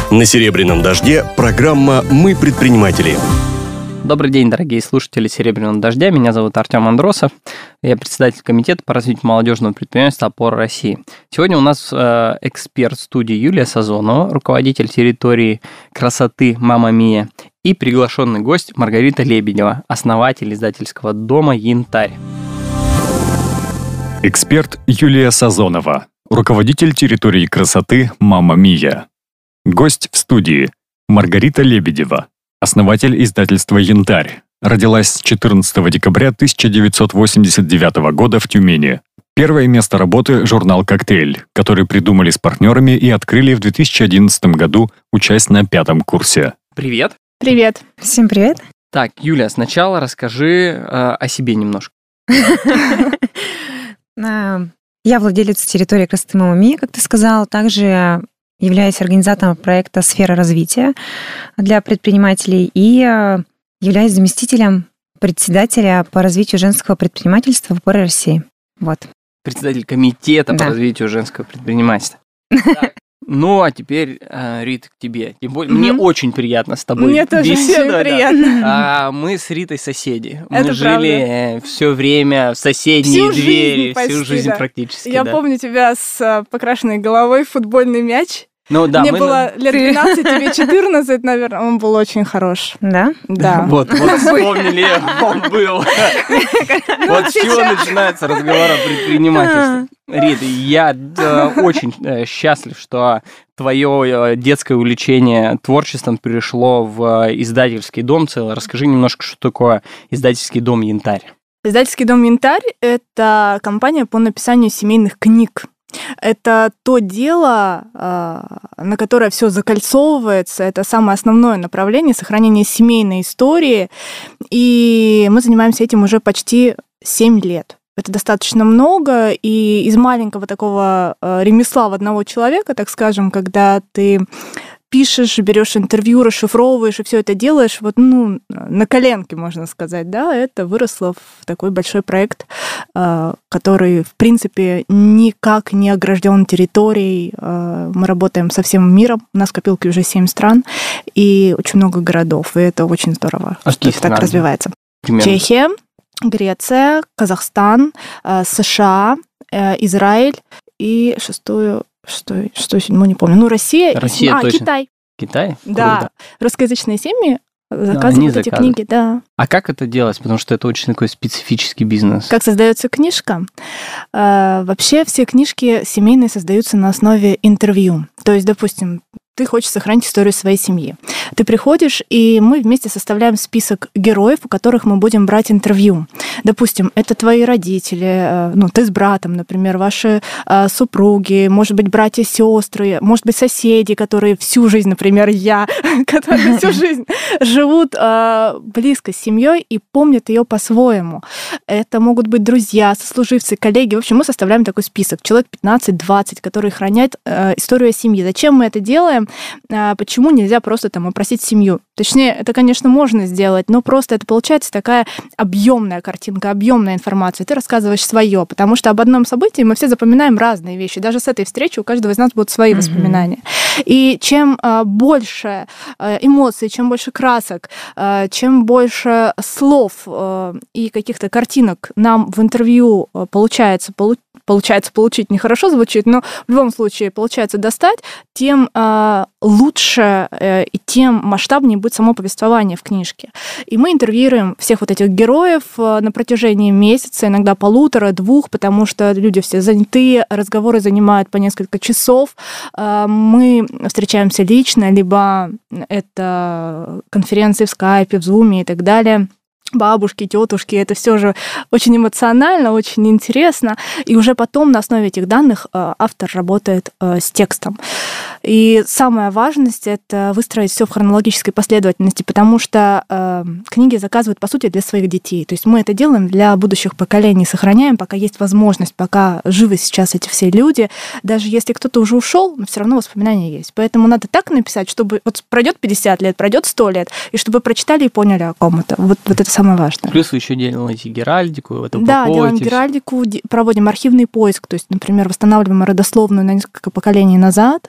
На «Серебряном дожде» программа «Мы предприниматели». Добрый день, дорогие слушатели «Серебряного дождя». Меня зовут Артем Андросов. Я председатель комитета по развитию молодежного предпринимательства «Опора России». Сегодня у нас эксперт студии Юлия Сазонова, руководитель территории красоты «Мама Мия», и приглашенный гость Маргарита Лебедева, основатель издательского дома «Янтарь». Эксперт Юлия Сазонова, руководитель территории красоты «Мама Мия». Гость в студии Маргарита Лебедева, основатель издательства «Янтарь». Родилась 14 декабря 1989 года в Тюмени. Первое место работы – журнал «Коктейль», который придумали с партнерами и открыли в 2011 году, учась на 5-м курсе. Привет. Привет. Всем привет. Так, Юля, сначала расскажи о себе немножко. Я владелец территории красоты «Мама Мия», как ты сказал. Также являюсь организатором проекта «Сфера развития» для предпринимателей и являюсь заместителем председателя по развитию женского предпринимательства в «Опоре России». Вот. Председатель комитета по развитию женского предпринимательства. Ну, а теперь, Рита, к тебе. Тем более, мне очень приятно с тобой мне тоже беседовать. Очень приятно. Мы с Ритой соседи. Это мы жили все время в соседней двери, всю жизнь практически. Я помню тебя с покрашенной головой в футбольный мяч. Ну, да, мне было лет 12, тебе 14, наверное. Он был очень хорош. Да? Да. Вот вспомнили, он был. Вот с чего начинается разговор о предпринимательстве. Рита, я очень счастлив, что твое детское увлечение творчеством перешло в издательский дом целый. Расскажи немножко, что такое издательский дом «Янтарь». Издательский дом «Янтарь» — это компания по написанию семейных книг. Это то дело, на которое все закольцовывается. Это самое основное направление сохранения семейной истории. И мы занимаемся этим уже почти 7 лет. Это достаточно много, и из маленького такого ремесла в одного человека, так скажем, когда ты пишешь, берешь интервью, расшифровываешь и все это делаешь на коленке, можно сказать, да, это выросло в такой большой проект, который, в принципе, никак не огражден территорией. Мы работаем со всем миром, у нас в копилке уже 7 стран и очень много городов, и это очень здорово, что это так развивается. Примерно. Чехия, Греция, Казахстан, США, Израиль и седьмой, не помню. Россия точно. Китай. Китай? Да. Круто. Русскоязычные семьи заказывают эти книги, да. А как это делать? Потому что это очень такой специфический бизнес. Как создается книжка? Вообще все книжки семейные создаются на основе интервью. То есть, допустим, ты хочешь сохранить историю своей семьи. Ты приходишь, и мы вместе составляем список героев, у которых мы будем брать интервью. Допустим, это твои родители, ты с братом, например, ваши супруги, может быть, братья, сестры, может быть, соседи, которые всю жизнь, например, я, которые всю жизнь живут близко с семьей и помнят ее по-своему. Это могут быть друзья, сослуживцы, коллеги. В общем, мы составляем такой список. Человек 15-20, которые хранят историю о семье. Зачем мы это делаем? Почему нельзя просто опросить семью? Точнее, это, конечно, можно сделать, но просто это получается такая объемная картинка, объемная информация. Ты рассказываешь свое, потому что об одном событии мы все запоминаем разные вещи. Даже с этой встречи у каждого из нас будут свои воспоминания. И чем больше эмоций, чем больше красок, чем больше слов и каких-то картинок нам в интервью получается получить, нехорошо звучит, но в любом случае получается достать, тем лучше и тем масштабнее будет само повествование в книжке. И мы интервьюируем всех вот этих героев на протяжении месяца, иногда 1,5-2, потому что люди все заняты, разговоры занимают по несколько часов. Мы встречаемся лично, либо это конференции в скайпе, в зуме и так далее. Бабушки, тетушки, это все же очень эмоционально, очень интересно. И уже потом на основе этих данных автор работает с текстом. И самая важность — это выстроить все в хронологической последовательности, потому что книги заказывают, по сути, для своих детей. То есть мы это делаем для будущих поколений, сохраняем, пока есть возможность, пока живы сейчас эти все люди. Даже если кто-то уже ушел, но все равно воспоминания есть. Поэтому надо так написать, чтобы вот пройдет 50 лет, пройдет 100 лет, и чтобы прочитали и поняли о ком это. Вот это самое важное. Плюс вы еще делаете геральдику, это да, делаем геральдику, проводим архивный поиск, то есть, например, восстанавливаем родословную на несколько поколений назад. Для этого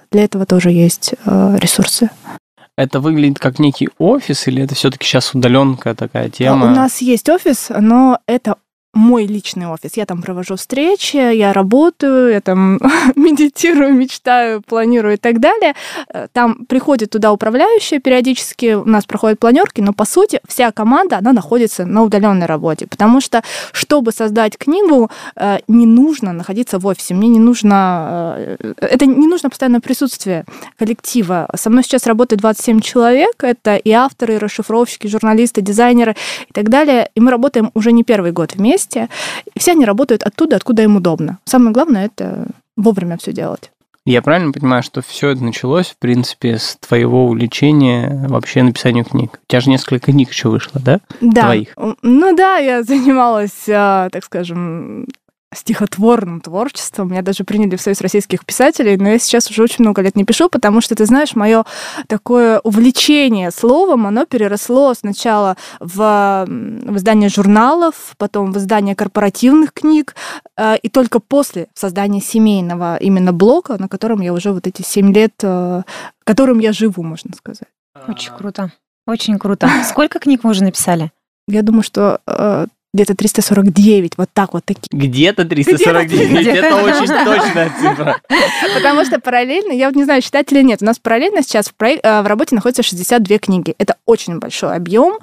этого тоже есть ресурсы. Это выглядит как некий офис, или это все-таки сейчас удаленка такая тема? У нас есть офис, но это мой личный офис. Я там провожу встречи, я работаю, я там медитирую, мечтаю, планирую и так далее. Там приходит туда управляющая периодически, у нас проходят планерки, но, по сути, вся команда, она находится на удаленной работе, потому что, чтобы создать книгу, не нужно находиться в офисе, мне не нужно... Это не нужно постоянное присутствие коллектива. Со мной сейчас работает 27 человек, это и авторы, и расшифровщики, журналисты, дизайнеры и так далее, и мы работаем уже не первый год вместе. И все они работают оттуда, откуда им удобно. Самое главное — это вовремя все делать. Я правильно понимаю, что все это началось, в принципе, с твоего увлечения вообще написанию книг? У тебя же несколько книг еще вышло, да? Да. Твоих. Ну да, я занималась, так скажем, стихотворным творчеством. Меня даже приняли в Союз российских писателей, но я сейчас уже очень много лет не пишу, потому что, ты знаешь, мое такое увлечение словом, оно переросло сначала в издание журналов, потом в издание корпоративных книг, и только после создания семейного именно блока, на котором я уже вот эти 7 лет, которым я живу, можно сказать. Очень круто. Очень круто. Сколько книг вы уже написали? Я думаю, что где-то 349, вот так вот такие. Где-то 349, это очень точная цифра. Потому что параллельно, я вот не знаю, считать или нет, у нас параллельно сейчас в работе находится 62 книги. Это очень большой объем.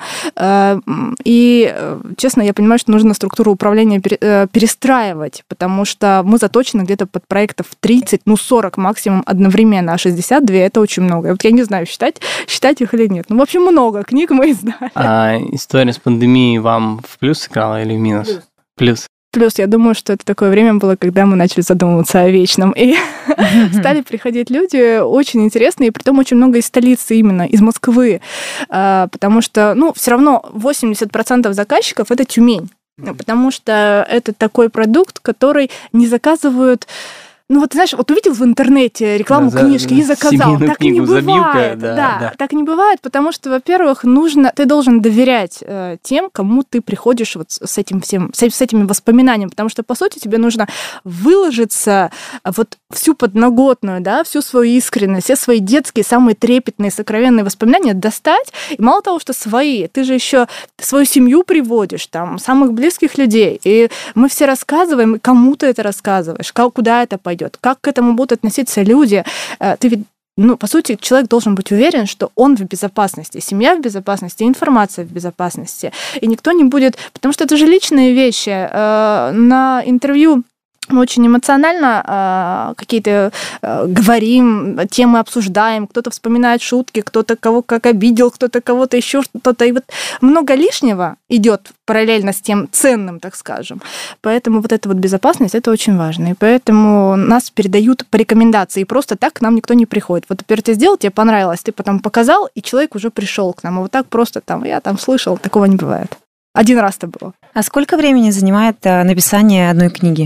И, честно, я понимаю, что нужно структуру управления перестраивать, потому что мы заточены где-то под проектов 30, 40 максимум одновременно, а 62 — это очень много. Вот я не знаю, считать их или нет. В общем, много книг мы издали. А история с пандемией вам в плюс играла или в минус? Плюс. Плюс, я думаю, что это такое время было, когда мы начали задумываться о вечном. И стали приходить люди очень интересные, и притом очень много из столицы именно, из Москвы. Потому что, все равно 80% заказчиков — это Тюмень. Потому что это такой продукт, который не заказывают... ты знаешь, увидел в интернете рекламу книжки и заказал. Так не бывает. Да, так не бывает, потому что, во-первых, ты должен доверять тем, кому ты приходишь вот с этим всем, с этими воспоминаниями, потому что, по сути, тебе нужно выложиться вот всю подноготную, да, всю свою искренность, все свои детские, самые трепетные, сокровенные воспоминания достать. И мало того, что свои, ты же еще свою семью приводишь, там, самых близких людей. И мы все рассказываем, и кому ты это рассказываешь, куда это пойдет, как к этому будут относиться люди. Ты ведь, по сути, человек должен быть уверен, что он в безопасности, семья в безопасности, информация в безопасности. И никто не будет... Потому что это же личные вещи. На интервью мы очень эмоционально какие-то говорим, темы обсуждаем, кто-то вспоминает шутки, кто-то кого как обидел, кто-то кого-то еще что-то. И вот много лишнего идет параллельно с тем ценным, так скажем. Поэтому вот эта вот безопасность, это очень важно. И поэтому нас передают по рекомендации. И просто так к нам никто не приходит. Вот теперь ты сделал, тебе понравилось, ты потом показал, и человек уже пришел к нам. А вот так просто я слышал, такого не бывает. Один раз это было. А сколько времени занимает написание одной книги?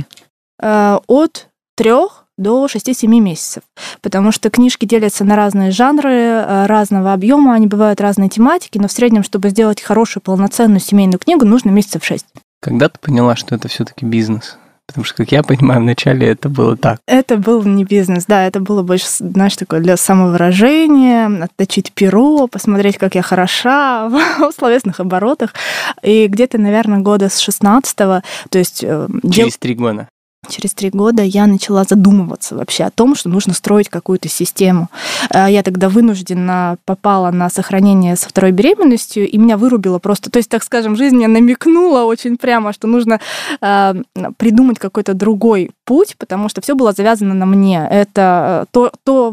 От 3 до 6-7 месяцев, потому что книжки делятся на разные жанры, разного объема, они бывают разной тематики, но в среднем, чтобы сделать хорошую, полноценную семейную книгу, нужно месяцев 6. Когда ты поняла, что это все-таки бизнес? Потому что, как я понимаю, вначале это было так. Это был не бизнес, да, это было больше, знаешь, такое для самовыражения, отточить перо, посмотреть, как я хороша в словесных оборотах. И где-то, наверное, года с 16-го, то есть... Через 3 года. Через 3 года я начала задумываться вообще о том, что нужно строить какую-то систему. Я тогда вынужденно попала на сохранение со 2-й беременностью, и меня вырубило просто. То есть, так скажем, жизнь мне намекнула очень прямо, что нужно придумать какой-то другой путь, потому что все было завязано на мне. Это то,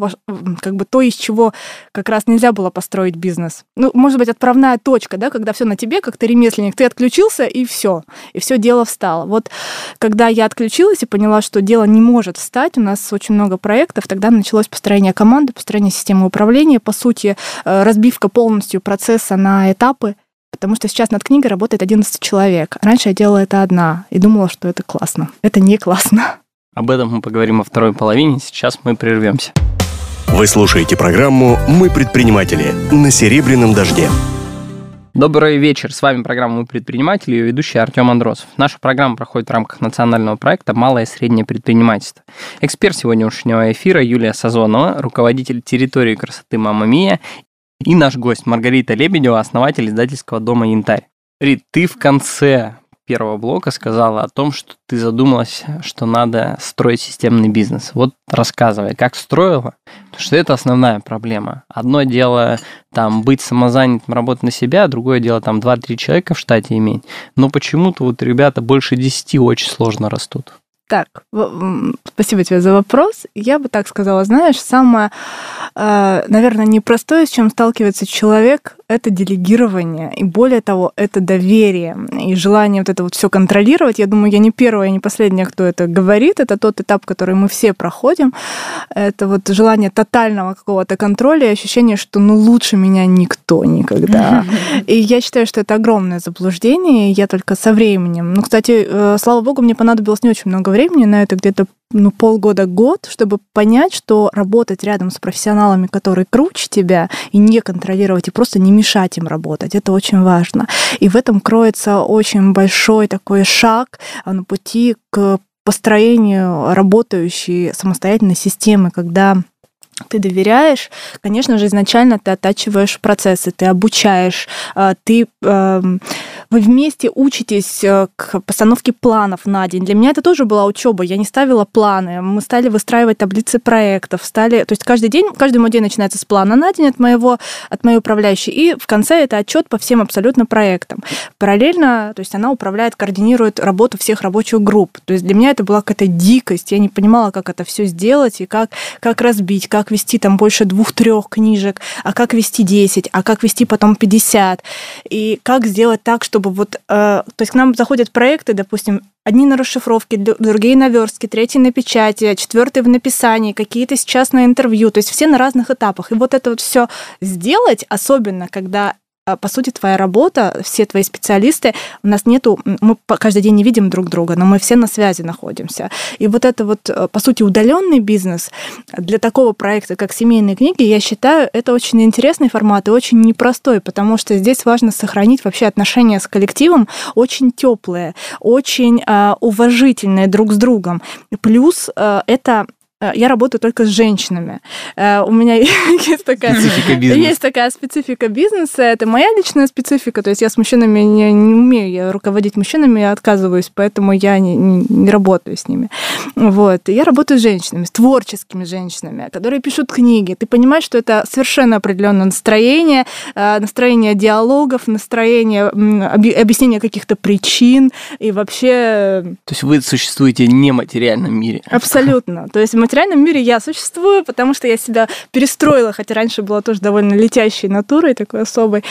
из чего как раз нельзя было построить бизнес. Может быть, отправная точка, да, когда все на тебе, как ты ремесленник, ты отключился, и все дело встало. Вот когда я отключилась и поняла, что дело не может встать, у нас очень много проектов, тогда началось построение команды, построение системы управления, по сути, разбивка полностью процесса на этапы, потому что сейчас над книгой работает 11 человек. Раньше я делала это одна и думала, что это классно. Это не классно. Об этом мы поговорим во второй половине, сейчас мы прервемся. Вы слушаете программу «Мы предприниматели» на Серебряном дожде. Добрый вечер. С вами программа «Мы предприниматели» и ее ведущий Артем Андросов. Наша программа проходит в рамках национального проекта «Малое и среднее предпринимательство». Эксперт сегодняшнего эфира Юлия Сазонова, руководитель территории красоты «Мама Мия», и наш гость Маргарита Лебедева, основатель издательского дома «Янтарь». Рит, ты в конце первого блока сказала о том, что ты задумалась, что надо строить системный бизнес. Вот рассказывай, как строила, потому что это основная проблема. Одно дело там быть самозанятым, работать на себя, другое дело там 2-3 человека в штате иметь. Но почему-то вот ребята больше 10 очень сложно растут. Так, спасибо тебе за вопрос. Я бы так сказала, знаешь, самое, наверное, непростое, с чем сталкивается человек, это делегирование. И более того, это доверие и желание вот это вот все контролировать. Я думаю, я не первая, не последняя, кто это говорит. Это тот этап, который мы все проходим. Это вот желание тотального какого-то контроля и ощущение, что лучше меня никто никогда. И я считаю, что это огромное заблуждение. Я только со временем. Кстати, слава богу, мне понадобилось не очень много времени на это, где-то полгода-год, чтобы понять, что работать рядом с профессионалами, которые круче тебя, и не контролировать, и просто не мешать им работать, это очень важно. И в этом кроется очень большой такой шаг на пути к построению работающей самостоятельной системы, когда ты доверяешь, конечно же, изначально ты оттачиваешь процессы, ты обучаешь, вы вместе учитесь к постановке планов на день. Для меня это тоже была учеба. Я не ставила планы. Мы стали выстраивать таблицы проектов. То есть каждый мой день начинается с плана на день от моей управляющей. И в конце это отчет по всем абсолютно проектам. Параллельно, то есть она управляет, координирует работу всех рабочих групп. То есть для меня это была какая-то дикость. Я не понимала, как это все сделать и как разбить, как вести там больше 2-3 книжек, а как вести 10, а как вести потом 50. И как сделать так, чтобы то есть к нам заходят проекты, допустим, одни на расшифровке, другие на верстке, третьи на печати, четвертые в написании, какие-то сейчас на интервью, то есть все на разных этапах. И вот это вот все сделать, особенно когда по сути, твоя работа, все твои специалисты, у нас нету, мы каждый день не видим друг друга, но мы все на связи находимся. И вот это вот, по сути, удаленный бизнес для такого проекта, как семейные книги, я считаю, это очень интересный формат и очень непростой, потому что здесь важно сохранить вообще отношения с коллективом очень теплые, очень уважительные друг с другом. Плюс это я работаю только с женщинами. У меня есть такая специфика бизнеса. Это моя личная специфика. То есть я с мужчинами не умею, я руководить мужчинами, я отказываюсь, поэтому я не работаю с ними. Вот. Я работаю с женщинами, с творческими женщинами, которые пишут книги. Ты понимаешь, что это совершенно определенное настроение диалогов, настроение объяснения каких-то причин и вообще... То есть вы существуете не в материальном мире. Абсолютно. То есть в материальном мире я существую, потому что я себя перестроила, хотя раньше была тоже довольно летящей натурой, такой особой.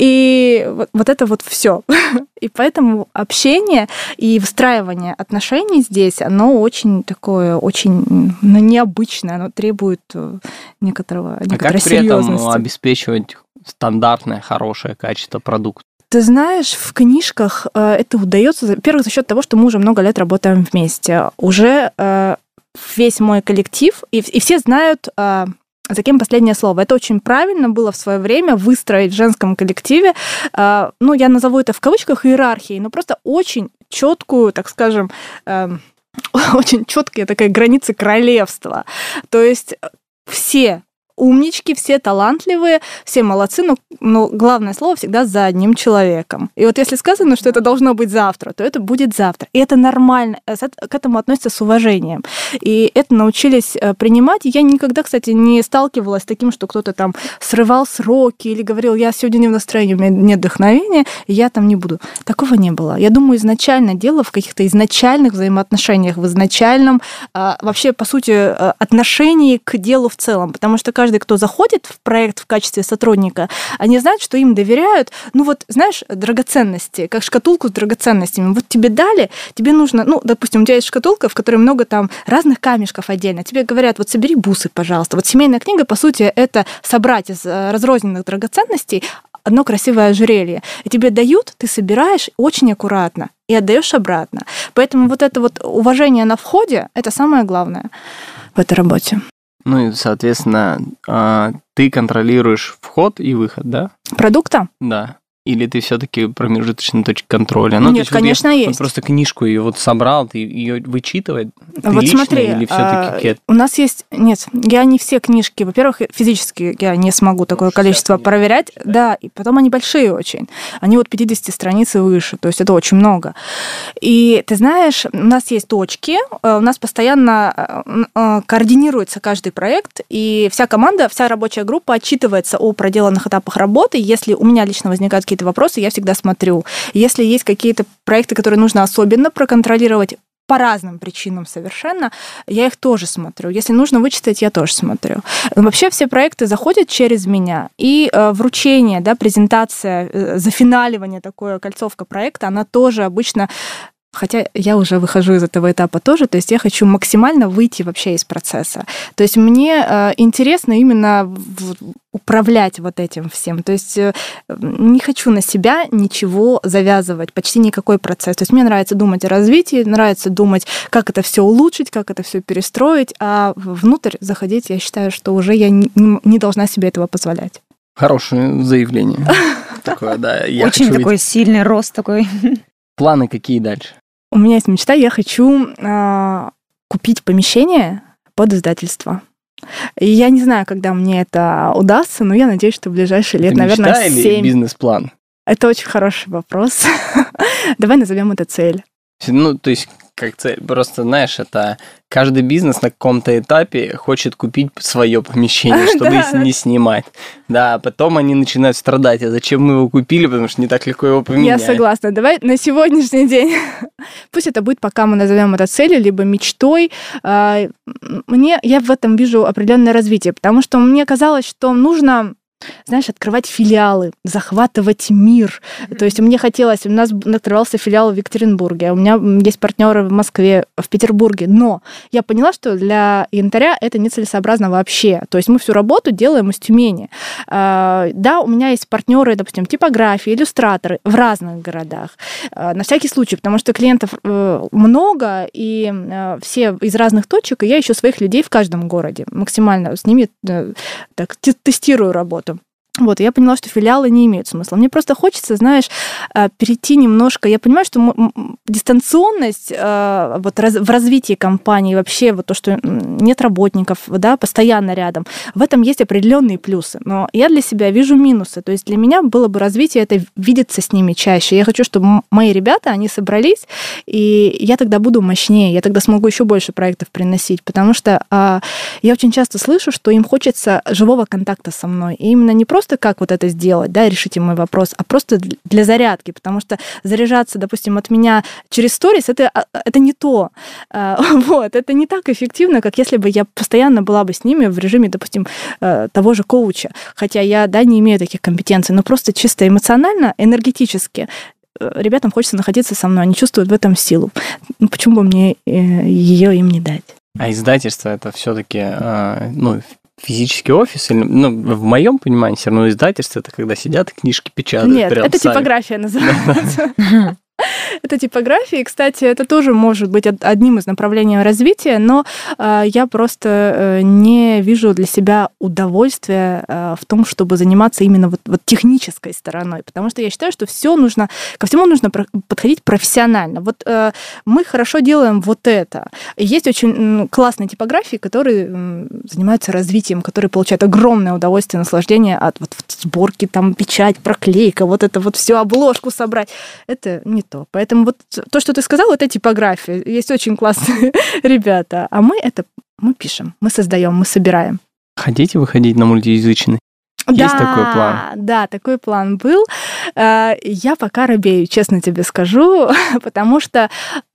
И вот это вот все. И поэтому общение и выстраивание отношений здесь, оно очень такое, очень необычное, оно требует некоторой серьезности. А как при этом обеспечивать стандартное, хорошее качество продукта? Ты знаешь, в книжках это удается, во-первых, за счет того, что мы уже много лет работаем вместе. Уже весь мой коллектив, и все знают, за кем последнее слово. Это очень правильно было в свое время выстроить в женском коллективе, я назову это в кавычках иерархией, но просто очень четкую, так скажем, очень четкие такая границы королевства. То есть все умнички, все талантливые, все молодцы, но главное слово всегда за одним человеком. И вот если сказано, что это должно быть завтра, то это будет завтра. И это нормально, к этому относятся с уважением. И это научились принимать. И я никогда, кстати, не сталкивалась с таким, что кто-то там срывал сроки или говорил, я сегодня не в настроении, у меня нет вдохновения, и я там не буду. Такого не было. Я думаю, изначально дело в каких-то изначальных взаимоотношениях, в изначальном вообще, по сути, отношении к делу в целом. Потому что каждый, кто заходит в проект в качестве сотрудника, они знают, что им доверяют, знаешь, драгоценности, как шкатулку с драгоценностями. Вот тебе дали, тебе нужно, допустим, у тебя есть шкатулка, в которой много там разных камешков отдельно. Тебе говорят, вот собери бусы, пожалуйста. Вот семейная книга, по сути, это собрать из разрозненных драгоценностей одно красивое ожерелье. И тебе дают, ты собираешь очень аккуратно и отдаешь обратно. Поэтому вот это вот уважение на входе, это самое главное в этой работе. И, соответственно, ты контролируешь вход и выход, да? Продукта? Да. Или ты все-таки промежуточная точка контроля? Ну, Нет, конечно, есть. Вот просто книжку ее вот собрал, ты ее вычитывать? Вот лично, смотри, или все-таки у нас есть... Нет, я не все книжки... Во-первых, физически я не смогу такое количество проверять. Да, и потом они большие очень. Они вот 50 страниц и выше, то есть это очень много. И ты знаешь, у нас есть точки, у нас постоянно координируется каждый проект, и вся команда, вся рабочая группа отчитывается о проделанных этапах работы. Если у меня лично возникают какие-то вопросы, я всегда смотрю. Если есть какие-то проекты, которые нужно особенно проконтролировать по разным причинам совершенно, я их тоже смотрю. Если нужно вычитать, я тоже смотрю. Но вообще все проекты заходят через меня, и вручение, да, презентация, зафиналивание, такое, кольцовка проекта, она тоже обычно... Хотя я уже выхожу из этого этапа тоже, то есть я хочу максимально выйти вообще из процесса. То есть мне интересно именно управлять вот этим всем. То есть не хочу на себя ничего завязывать, почти никакой процесс. То есть мне нравится думать о развитии, нравится думать, как это все улучшить, как это все перестроить, а внутрь заходить, я считаю, что уже я не должна себе этого позволять. Хорошее заявление. Такое, да. Очень такой сильный рост такой. Планы какие дальше? У меня есть мечта, я хочу купить помещение под издательство. И я не знаю, когда мне это удастся, но я надеюсь, что в ближайшие лет, это наверное, мечта 7. Или бизнес-план? Это очень хороший вопрос. Давай назовем это цель. Ну, то есть, как цель, просто, знаешь, это каждый бизнес на каком-то этапе хочет купить свое помещение, чтобы не снимать. Да, потом они начинают страдать. А зачем мы его купили? Потому что не так легко его поменять. Я согласна. Давай на сегодняшний день. Пусть это будет, пока мы назовем это целью, либо мечтой. Я в этом вижу определенное развитие, потому что мне казалось, что нужно, знаешь, открывать филиалы, захватывать мир. То есть мне хотелось, у нас открывался филиал в Екатеринбурге, у меня есть партнеры в Москве, в Петербурге, но я поняла, что для янтаря это нецелесообразно вообще. То есть мы всю работу делаем из Тюмени. Да, у меня есть партнеры, допустим, типографии, иллюстраторы в разных городах. На всякий случай, потому что клиентов много, и все из разных точек, и я ищу своих людей в каждом городе. Максимально с ними так, тестирую работу. Вот, я поняла, что филиалы не имеют смысла. Мне просто хочется, знаешь, перейти немножко. Я понимаю, что дистанционность вот в развитии компании, вообще вот то, что нет работников, да, постоянно рядом, в этом есть определенные плюсы. Но я для себя вижу минусы. То есть для меня было бы развитие это видеться с ними чаще. Я хочу, чтобы мои ребята, они собрались, и я тогда буду мощнее, я тогда смогу еще больше проектов приносить, потому что я очень часто слышу, что им хочется живого контакта со мной. И именно не просто как вот это сделать, да, решите мой вопрос, а просто для зарядки, потому что заряжаться, допустим, от меня через сторис, это не то. Вот, это не так эффективно, как если бы я постоянно была бы с ними в режиме, допустим, того же коуча. Хотя я, да, не имею таких компетенций, но просто чисто эмоционально, энергетически ребятам хочется находиться со мной, они чувствуют в этом силу. Ну, почему бы мне ее им не дать? А издательство это все-таки, физический офис, или, в моем понимании, все равно издательство это когда сидят и книжки печатают. Нет, это сами. Типография называется. Это типография, и, кстати, это тоже может быть одним из направлений развития, но я просто не вижу для себя удовольствия в том, чтобы заниматься именно вот технической стороной, потому что я считаю, что ко всему нужно подходить профессионально. Вот мы хорошо делаем вот это. Есть очень классные типографии, которые занимаются развитием, которые получают огромное удовольствие, наслаждение от сборки, там, печать, проклейка, вот это вот все, обложку собрать. Это не то. Поэтому вот то, что ты сказал, это типография. Есть очень классные ребята. А мы пишем, мы создаем, мы собираем. Хотите выходить на мультиязычный? Есть такой план? Да, такой план был. Я пока робею, честно тебе скажу, потому что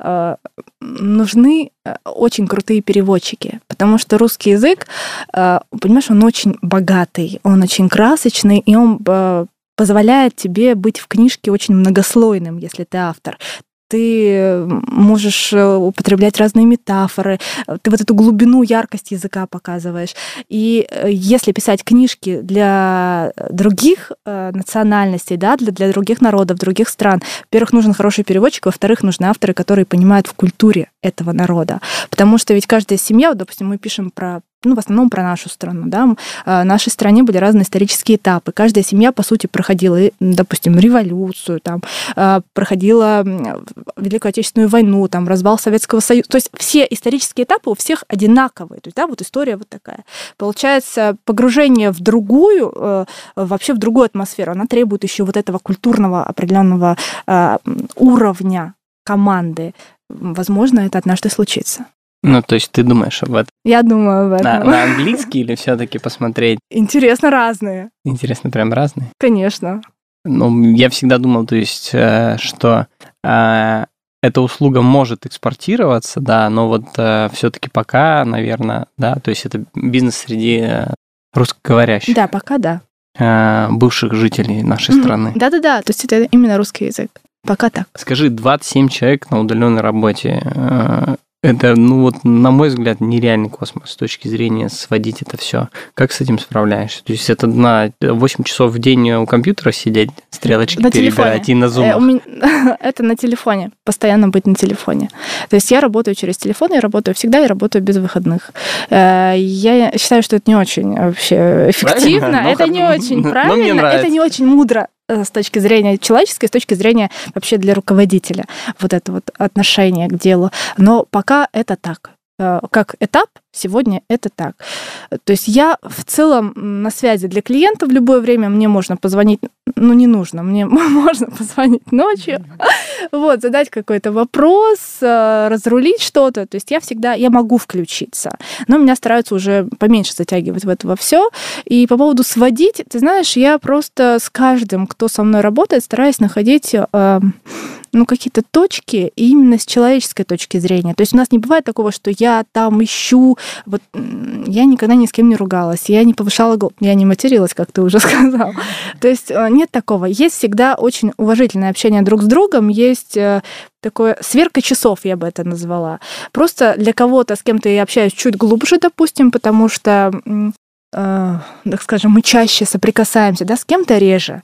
нужны очень крутые переводчики, потому что русский язык, понимаешь, он очень богатый, он очень красочный, и он позволяет тебе быть в книжке очень многослойным, если ты автор. Ты можешь употреблять разные метафоры, ты вот эту глубину, яркость языка показываешь. И если писать книжки для других национальностей, да, для других народов, других стран, во-первых, нужен хороший переводчик, во-вторых, нужны авторы, которые понимают в культуре этого народа. Потому что ведь каждая семья, вот, допустим, мы пишем про в основном про нашу страну, да, в нашей стране были разные исторические этапы. Каждая семья, по сути, проходила, допустим, революцию, там, проходила Великую Отечественную войну, там, развал Советского Союза. То есть все исторические этапы у всех одинаковые. То есть, да, вот история вот такая. Получается, погружение в другую, вообще в другую атмосферу, она требует еще вот этого культурного определенного уровня команды. Возможно, это однажды случится. Ну, то есть ты думаешь об этом? Я думаю об этом. На английский или все-таки посмотреть? Интересно, разные. Интересно, прям разные? Конечно. Ну, я всегда думал, то есть, что эта услуга может экспортироваться, да, но вот все-таки пока, наверное, да, то есть это бизнес среди русскоговорящих. Да, пока да. Бывших жителей нашей страны. Да-да-да, то есть это именно русский язык. Пока так. Скажи, 27 человек на удаленной работе, это, ну вот, на мой взгляд, нереальный космос с точки зрения сводить это все. Как с этим справляешься? То есть это на 8 часов в день у компьютера сидеть, стрелочки на перебирать телефоне. И на зумах? Это на телефоне, постоянно быть на телефоне. То есть я работаю через телефон, я работаю всегда и работаю без выходных. Я считаю, что это не очень вообще эффективно, это не очень правильно, это не очень мудро с точки зрения человеческой, с точки зрения вообще для руководителя. Вот это вот отношение к делу. Но пока это так. Как этап, сегодня это так. То есть я в целом на связи для клиента в любое время, мне можно позвонить, ну не нужно, мне можно позвонить ночью, вот, задать какой-то вопрос, разрулить что-то. То есть я могу включиться, но меня стараются уже поменьше затягивать в это во все. И по поводу сводить, ты знаешь, я просто с каждым, кто со мной работает, стараюсь находить какие-то точки именно с человеческой точки зрения. То есть у нас не бывает такого, что я там ищу, вот я никогда ни с кем не ругалась, я не повышала голос, я не материлась, как ты уже сказал. То есть нет такого. Есть всегда очень уважительное общение друг с другом, есть такое сверка часов, я бы это назвала. Просто для кого-то, с кем-то я общаюсь чуть глубже, допустим, потому что, так скажем, мы чаще соприкасаемся, да, с кем-то реже.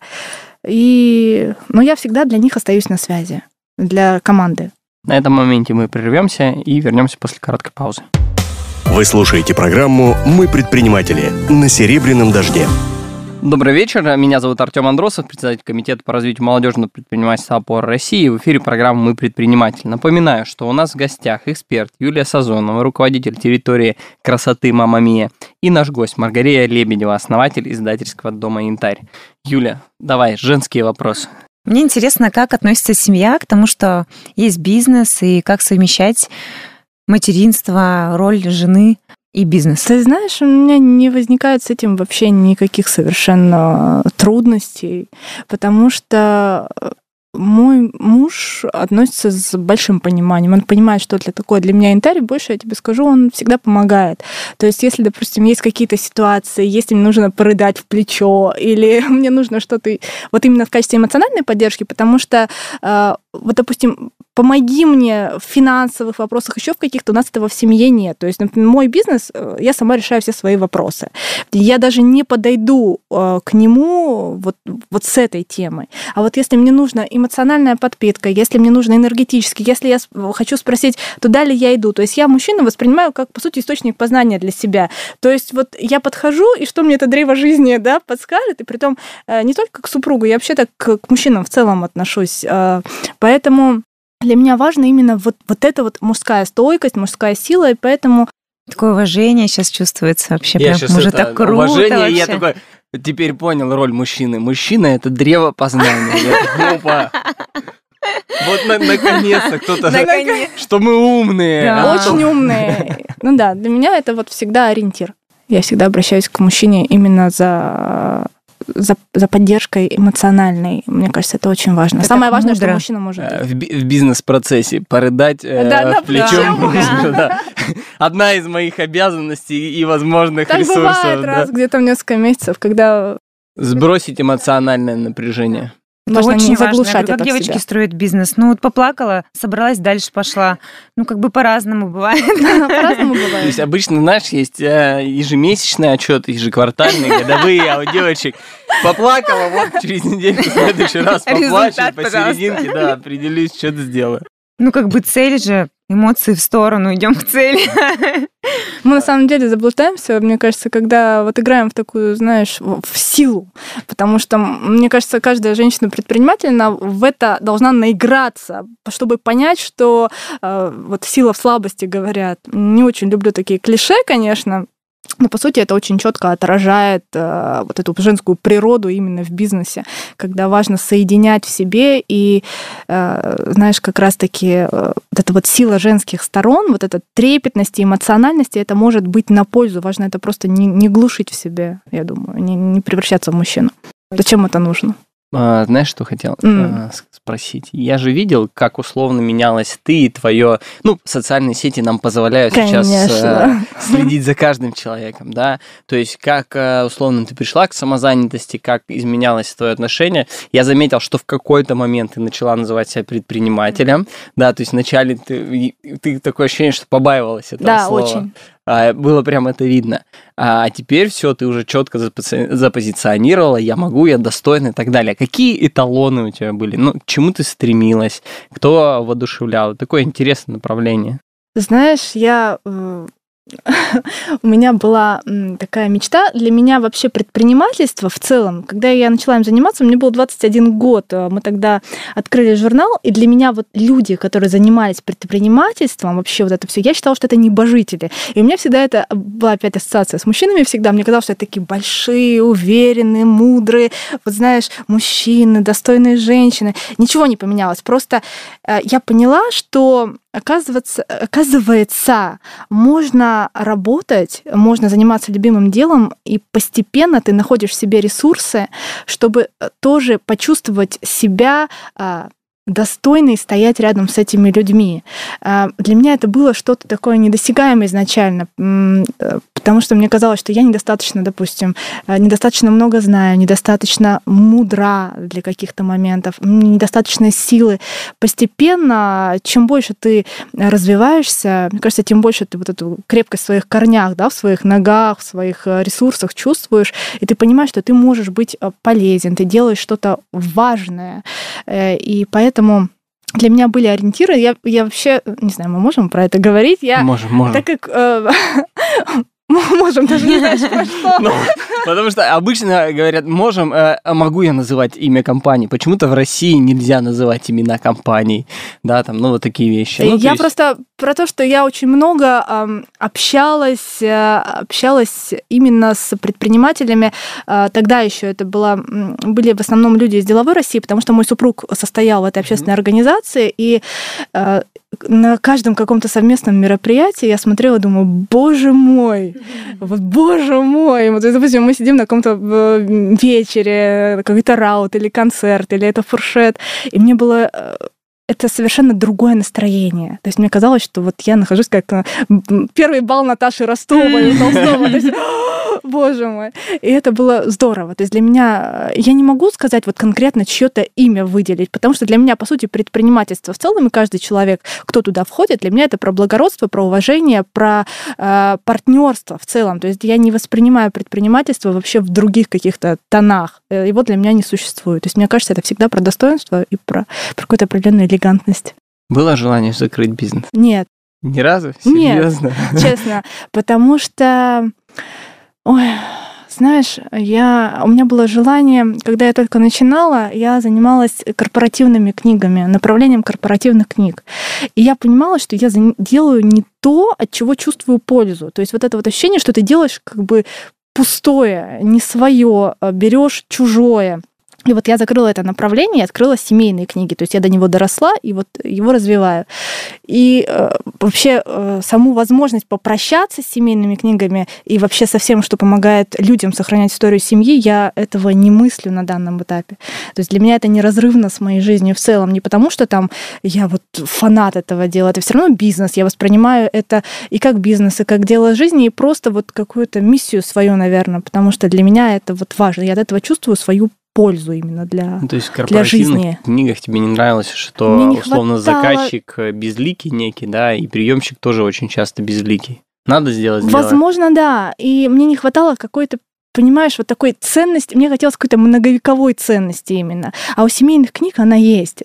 Но я всегда для них остаюсь на связи, для команды. На этом моменте мы прервемся и вернемся после короткой паузы. Вы слушаете программу «Мы предприниматели» на Серебряном дожде. Добрый вечер. Меня зовут Артем Андросов, председатель комитета по развитию молодежного предпринимательства «Опора России». В эфире программа «Мы предприниматели». Напоминаю, что у нас в гостях эксперт Юлия Сазонова, руководитель территории красоты «Мама Мия», и наш гость Маргарита Лебедева, основатель издательского дома «Янтарь». Юля, давай, женские вопросы. Мне интересно, как относится семья к тому, что есть бизнес, и как совмещать материнство, роль жены и бизнес. Ты знаешь, у меня не возникает с этим вообще никаких совершенно трудностей, потому что мой муж относится с большим пониманием. Он понимает, что для меня Янтарь. Больше я тебе скажу, он всегда помогает. То есть, если, допустим, есть какие-то ситуации, если мне нужно порыдать в плечо, или мне нужно что-то вот именно в качестве эмоциональной поддержки, потому что, вот, допустим, помоги мне в финансовых вопросах, еще в каких-то, у нас этого в семье нет. То есть, например, мой бизнес, я сама решаю все свои вопросы. Я даже не подойду к нему вот с этой темой. А вот если мне нужна эмоциональная подпитка, если мне нужно энергетически, если я хочу спросить, туда ли я иду. То есть я мужчину воспринимаю как, по сути, источник познания для себя. То есть вот я подхожу, и что мне это древо жизни, да, подскажет, и притом не только к супругу, я вообще так к мужчинам в целом отношусь. Поэтому для меня важно именно вот эта вот мужская стойкость, мужская сила, и поэтому... Такое уважение сейчас чувствуется вообще. Я прям уже так круто уважение, вообще. Я такой, теперь понял роль мужчины. Мужчина — это древо познания. Опа! Вот наконец-то кто-то... Что мы умные. Очень умные. Ну да, для меня это вот всегда ориентир. Я всегда обращаюсь к мужчине именно за поддержкой эмоциональной. Мне кажется, это очень важно. Это самое важное, что мужчина может делать. В бизнес-процессе порыдать в плечо. Да. Одна из моих обязанностей и возможных так ресурсов. Так бывает раз где-то в несколько месяцев, когда... Сбросить эмоциональное напряжение. Это можно очень не важно. заглушать Как это в девочки себя. строят бизнес. Ну вот поплакала, собралась, дальше пошла. Ну как бы по-разному бывает. По-разному бывает. То есть обычно, знаешь, есть ежемесячный отчет, ежеквартальный, годовые, а у девочек поплакала, вот через неделю в следующий раз поплачет, посерединке, да, определюсь, что-то сделаю. Ну, как бы цель же, эмоции в сторону, идем к цели. Мы на самом деле заблуждаемся, мне кажется, когда вот играем в такую, знаешь, в силу. Потому что, мне кажется, каждая женщина-предприниматель в это должна наиграться, чтобы понять, что вот сила в слабости, говорят. Не очень люблю такие клише, конечно. Но, по сути, это очень четко отражает вот эту женскую природу именно в бизнесе, когда важно соединять в себе и, знаешь, как раз-таки вот эта вот сила женских сторон, вот эта трепетность и эмоциональность, это может быть на пользу. Важно это просто не глушить в себе, я думаю, не превращаться в мужчину. Зачем это нужно? Знаешь, что хотел спросить? Я же видел, как условно менялась ты и твое... Ну, социальные сети нам позволяют сейчас следить за каждым человеком, да? То есть, как условно ты пришла к самозанятости, как изменялось твое отношение. Я заметил, что в какой-то момент ты начала называть себя предпринимателем, да, то есть вначале ты такое ощущение, что побаивалась этого слова. Да, очень. Было прям это видно. А теперь все, ты уже четко запозиционировала, я могу, я достойна и так далее. Какие эталоны у тебя были? Ну, к чему ты стремилась? Кто воодушевлял? Такое интересное направление. Знаешь, у меня была такая мечта. Для меня вообще предпринимательство в целом, когда я начала им заниматься, мне было 21 год. Мы тогда открыли журнал, и для меня вот люди, которые занимались предпринимательством, вообще вот это все, я считала, что это небожители. И у меня всегда это была опять ассоциация с мужчинами всегда. Мне казалось, что это такие большие, уверенные, мудрые, вот знаешь, мужчины, достойные женщины. Ничего не поменялось. Просто я поняла, что оказывается, можно работать, можно заниматься любимым делом, и постепенно ты находишь в себе ресурсы, чтобы тоже почувствовать себя достойной стоять рядом с этими людьми. Для меня это было что-то такое недосягаемое изначально, потому что мне казалось, что я недостаточно, допустим, недостаточно много знаю, недостаточно мудра для каких-то моментов, недостаточно силы. Постепенно, чем больше ты развиваешься, мне кажется, тем больше ты вот эту крепкость в своих корнях, да, в своих ногах, в своих ресурсах чувствуешь, и ты понимаешь, что ты можешь быть полезен, ты делаешь что-то важное. И поэтому для меня были ориентиры. Я вообще, не знаю, мы можем про это говорить? Можем. Так как... Можем, даже не знаешь, про что. Потому что обычно говорят, могу я называть имя компании. Почему-то в России нельзя называть имена компаний. Да, там, вот такие вещи. Я просто про то, что я очень много общалась именно с предпринимателями. Тогда еще это были в основном люди из деловой России, потому что мой супруг состоял в этой общественной организации, и на каждом каком-то совместном мероприятии я смотрела, думаю, боже мой, вот боже мой. Вот, допустим, мы сидим на каком-то вечере, какой-то раут или концерт, или это фуршет, и мне было... Это совершенно другое настроение. То есть мне казалось, что вот я нахожусь как первый бал Наташи Ростовой у Толстого. То есть, боже мой. И это было здорово. То есть для меня... Я не могу сказать вот конкретно чьё-то имя выделить, потому что для меня, по сути, предпринимательство в целом, и каждый человек, кто туда входит, для меня это про благородство, про уважение, про партнерство в целом. То есть я не воспринимаю предпринимательство вообще в других каких-то тонах. Его для меня не существует. То есть мне кажется, это всегда про достоинство и про какую-то определенную элегантность. Было желание закрыть бизнес? Нет. Ни разу? Серьезно? Нет, честно. Потому что... Ой, знаешь, у меня было желание, когда я только начинала, я занималась корпоративными книгами, направлением корпоративных книг. И я понимала, что я делаю не то, от чего чувствую пользу. То есть вот это вот ощущение, что ты делаешь как бы пустое, не свое, берешь чужое. И вот я закрыла это направление и открыла семейные книги. То есть я до него доросла и вот его развиваю. И вообще саму возможность попрощаться с семейными книгами и вообще со всем, что помогает людям сохранять историю семьи, я этого не мыслю на данном этапе. То есть для меня это неразрывно с моей жизнью в целом. Не потому, что там я вот фанат этого дела. Это все равно бизнес. Я воспринимаю это и как бизнес, и как дело жизни, и просто вот какую-то миссию свою, наверное. Потому что для меня это вот важно. Я от этого чувствую свою пользу именно для жизни. То есть в корпоративных книгах тебе не нравилось, что условно заказчик безликий некий, да, и приемщик тоже очень часто безликий. Надо сделать. Возможно, да. И мне не хватало какой-то, понимаешь, вот такой ценности. Мне хотелось какой-то многовековой ценности именно. А у семейных книг она есть. То есть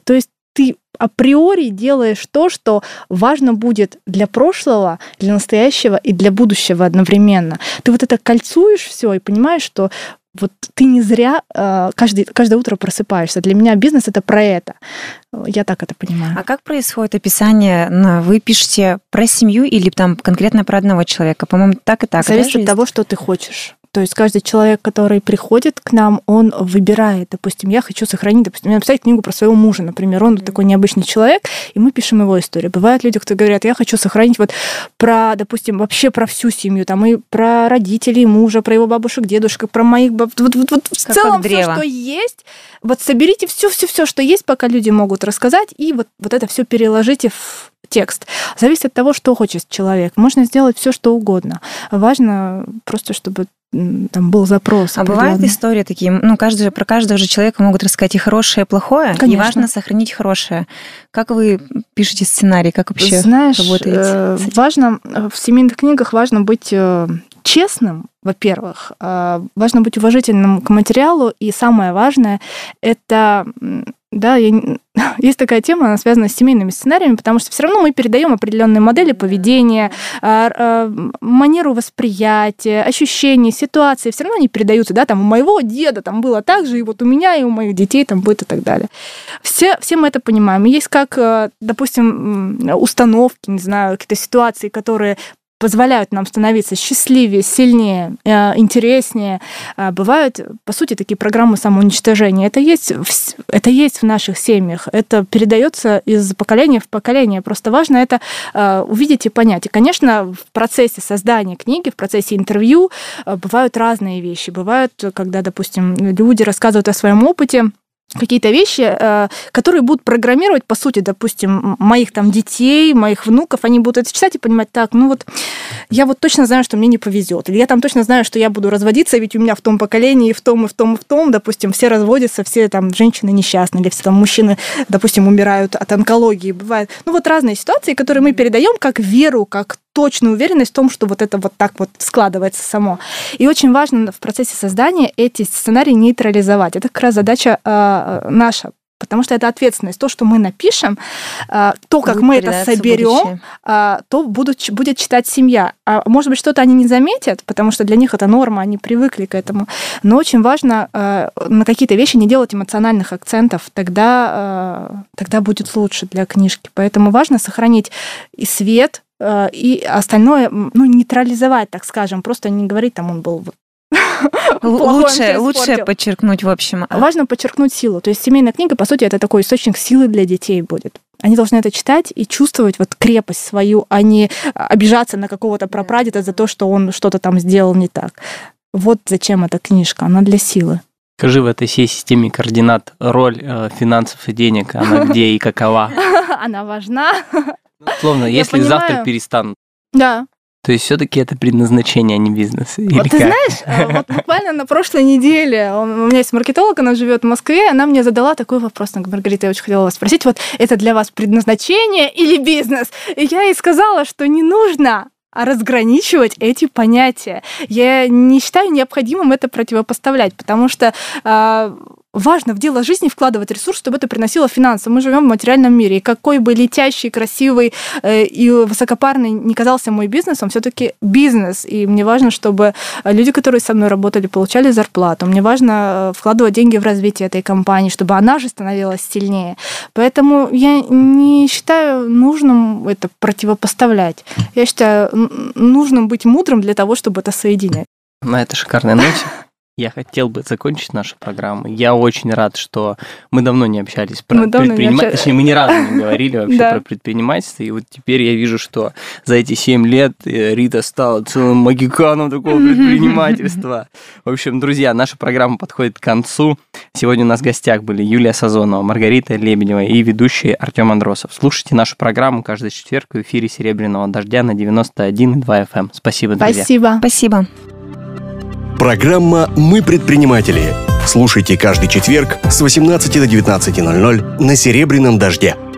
ты априори делаешь то, что важно будет для прошлого, для настоящего и для будущего одновременно. Ты вот это кольцуешь все и понимаешь, что вот ты не зря каждое утро просыпаешься. Для меня бизнес — это про это. Я так это понимаю. А как происходит описание? Вы пишете про семью или там конкретно про одного человека? По-моему, так и так. Зависит от того, что ты хочешь. То есть каждый человек, который приходит к нам, он выбирает. Допустим, я хочу сохранить, написать книгу про своего мужа, например. Он такой необычный человек, и мы пишем его историю. Бывают люди, кто говорят, я хочу сохранить вот про, допустим, вообще про всю семью, там и про родителей мужа, про его бабушек, дедушек, про моих вот в целом все, что есть. Вот соберите все, что есть, пока люди могут рассказать, и вот это все переложите в текст. Зависит от того, что хочет человек. Можно сделать все, что угодно. Важно просто, чтобы там был запрос. А бывают истории такие, про каждого же человека могут рассказать и хорошее, и плохое, Конечно. И важно сохранить хорошее. Как вы пишете сценарий, как вообще работаете? Важно, в семейных книгах важно быть честным, во-первых, важно быть уважительным к материалу, и самое важное — это... Да, есть такая тема, она связана с семейными сценариями, потому что все равно мы передаем определенные модели поведения, манеру восприятия, ощущения, ситуации. Все равно они передаются, да, там у моего деда там было так же, и вот у меня, и у моих детей там будет и так далее. Все мы это понимаем. Есть как, допустим, установки, не знаю, какие-то ситуации, которые позволяют нам становиться счастливее, сильнее, интереснее. Бывают, по сути, такие программы самоуничтожения. Это есть в наших семьях. Это передается из поколения в поколение. Просто важно это увидеть и понять. И, конечно, в процессе создания книги, в процессе интервью бывают разные вещи. Бывают, когда, допустим, люди рассказывают о своем опыте, какие-то вещи, которые будут программировать, по сути, допустим, моих там детей, моих внуков, они будут это читать и понимать, так, я вот точно знаю, что мне не повезет, или я там точно знаю, что я буду разводиться, ведь у меня в том поколении, и в том, допустим, все разводятся, все там женщины несчастные, или все там мужчины, допустим, умирают от онкологии, бывает. Разные ситуации, которые мы передаем как веру, как точную уверенность в том, что вот это вот так вот складывается само. И очень важно в процессе создания эти сценарии нейтрализовать. Это как раз задача наша, потому что это ответственность. То, что мы напишем, то, как мы это соберем, то будет читать семья. А может быть, что-то они не заметят, потому что для них это норма, они привыкли к этому. Но очень важно на какие-то вещи не делать эмоциональных акцентов, тогда будет лучше для книжки. Поэтому важно сохранить и свет, и остальное, нейтрализовать, так скажем, просто не говорить, там он был лучше подчеркнуть, в общем. Важно подчеркнуть силу. То есть семейная книга, по сути, это такой источник силы для детей будет. Они должны это читать и чувствовать вот крепость свою, а не обижаться на какого-то прапрадеда за то, что он что-то там сделал не так. Вот зачем эта книжка, она для силы. Скажи, в этой всей системе координат роль финансов и денег, она где и какова? Она важна. Словно, если завтра перестанут. Да. То есть все-таки это предназначение, а не бизнес. Вот ты знаешь, вот буквально на прошлой неделе у меня есть маркетолог, она живет в Москве, она мне задала такой вопрос, она говорит: Маргарита, я очень хотела вас спросить, вот это для вас предназначение или бизнес? И я ей сказала, что не нужно разграничивать эти понятия. Я не считаю необходимым это противопоставлять, потому что важно в дело жизни вкладывать ресурс, чтобы это приносило финансы. Мы живем в материальном мире, и какой бы летящий, красивый и высокопарный ни казался мой бизнес, он все-таки бизнес. И мне важно, чтобы люди, которые со мной работали, получали зарплату. Мне важно вкладывать деньги в развитие этой компании, чтобы она же становилась сильнее. Поэтому я не считаю нужным это противопоставлять. Я считаю нужным быть мудрым для того, чтобы это соединять. На этой шикарной ноте я хотел бы закончить нашу программу. Я очень рад, что мы давно не общались про предпринимательство. Точнее, мы ни разу не говорили вообще про предпринимательство. И вот теперь я вижу, что за эти 7 лет Рита стала целым магиканом такого предпринимательства. В общем, друзья, наша программа подходит к концу. Сегодня у нас в гостях были Юлия Сазонова, Маргарита Лебедева и ведущий Артем Андросов. Слушайте нашу программу каждый четверг в эфире «Серебряного дождя» на 91,2 FM. Спасибо, друзья. Спасибо. Программа «Мы предприниматели». Слушайте каждый четверг с 18 до 19:00 на «Серебряном дожде».